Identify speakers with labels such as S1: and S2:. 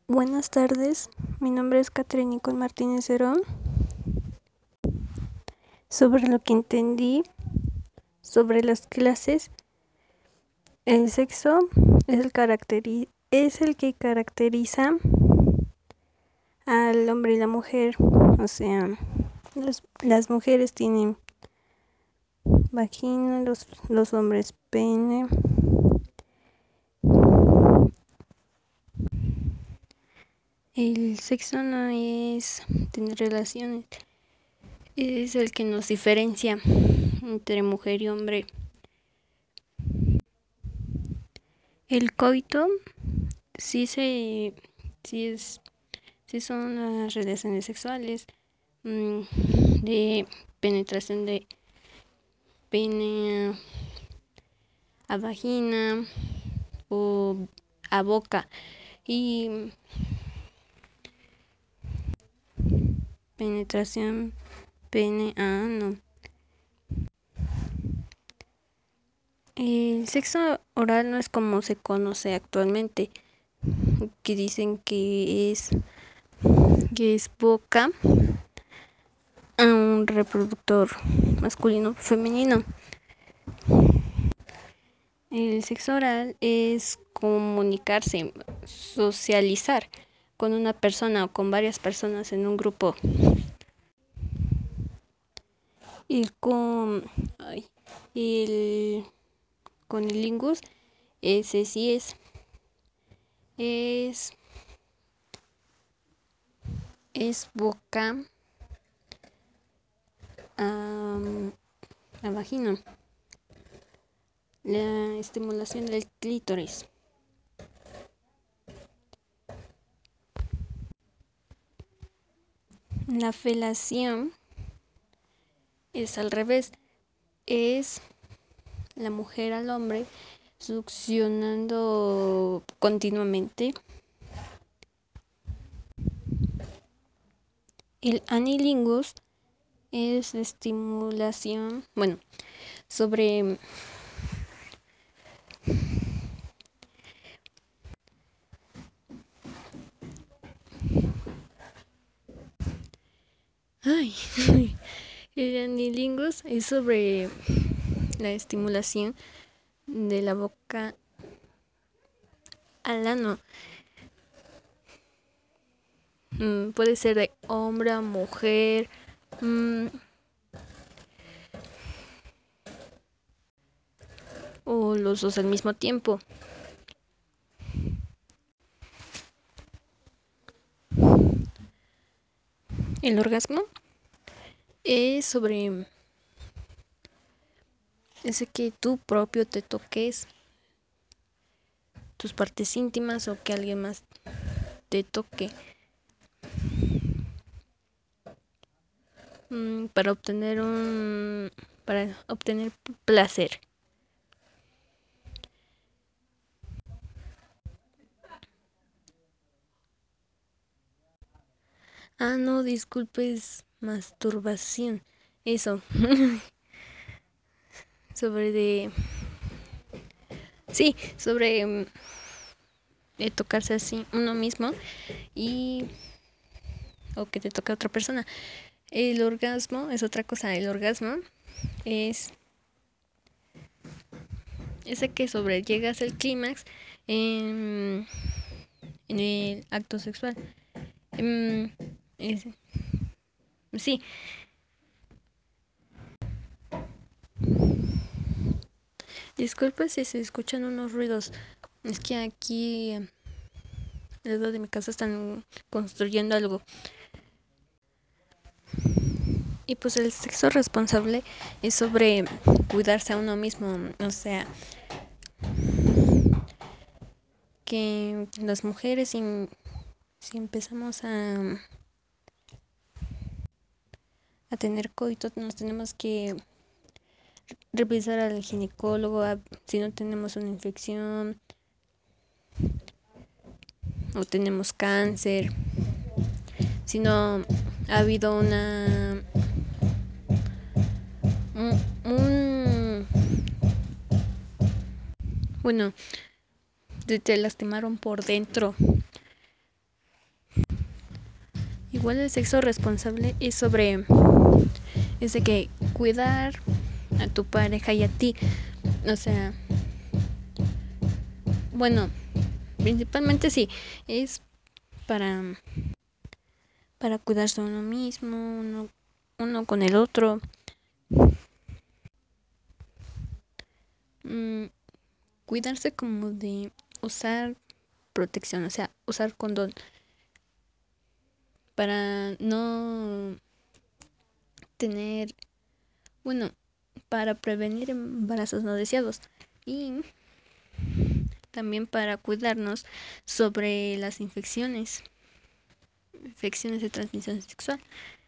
S1: Buenas tardes, mi nombre es Catherine Nicole Martínez Herón. Sobre lo que entendí sobre las clases, el sexo es el que caracteriza al hombre y la mujer. O sea, las mujeres tienen vagina, los hombres pene. El sexo no es tener relaciones, es el que nos diferencia entre mujer y hombre. El coito sí se sí es sí son las relaciones sexuales, de penetración de pene a vagina o a boca, y penetración pene a ano. El sexo oral no es como se conoce actualmente, que dicen que es boca a un reproductor masculino o femenino. El sexo oral es comunicarse, socializar con una persona o con varias personas en un grupo. Y el, con el lingus, ese sí es, es boca a vagina. La estimulación del clítoris. La felación es al revés, es la mujer al hombre succionando continuamente. El anilingus es estimulación, bueno, sobre ay, el anilingus es sobre la estimulación de la boca al ano. Puede ser de hombre a mujer, o los dos al mismo tiempo. El orgasmo es sobre ese que tú propio te toques tus partes íntimas o que alguien más te toque, para obtener placer. No, disculpes, masturbación. Eso. sobre de Sí, sobre tocarse así uno mismo, y o que te toque a otra persona. El orgasmo es otra cosa. El orgasmo es ese que sobre llegas al clímax en el acto sexual. Es, sí, disculpa si se escuchan unos ruidos. Es que aquí al lado de mi casa están construyendo algo. Y pues el sexo responsable es sobre cuidarse a uno mismo. O sea, que las mujeres, si empezamos a tener coito, nos tenemos que revisar al ginecólogo si no tenemos una infección o tenemos cáncer, si no ha habido un bueno, te lastimaron por dentro, Igual el sexo responsable es de que cuidar a tu pareja y a ti. O sea, bueno, principalmente sí, es para, para cuidarse a uno mismo, uno con el otro. Mm, Cuidarse como de usar protección, o sea, usar condón para no tener, bueno, para prevenir embarazos no deseados y también para cuidarnos sobre las infecciones de transmisión sexual.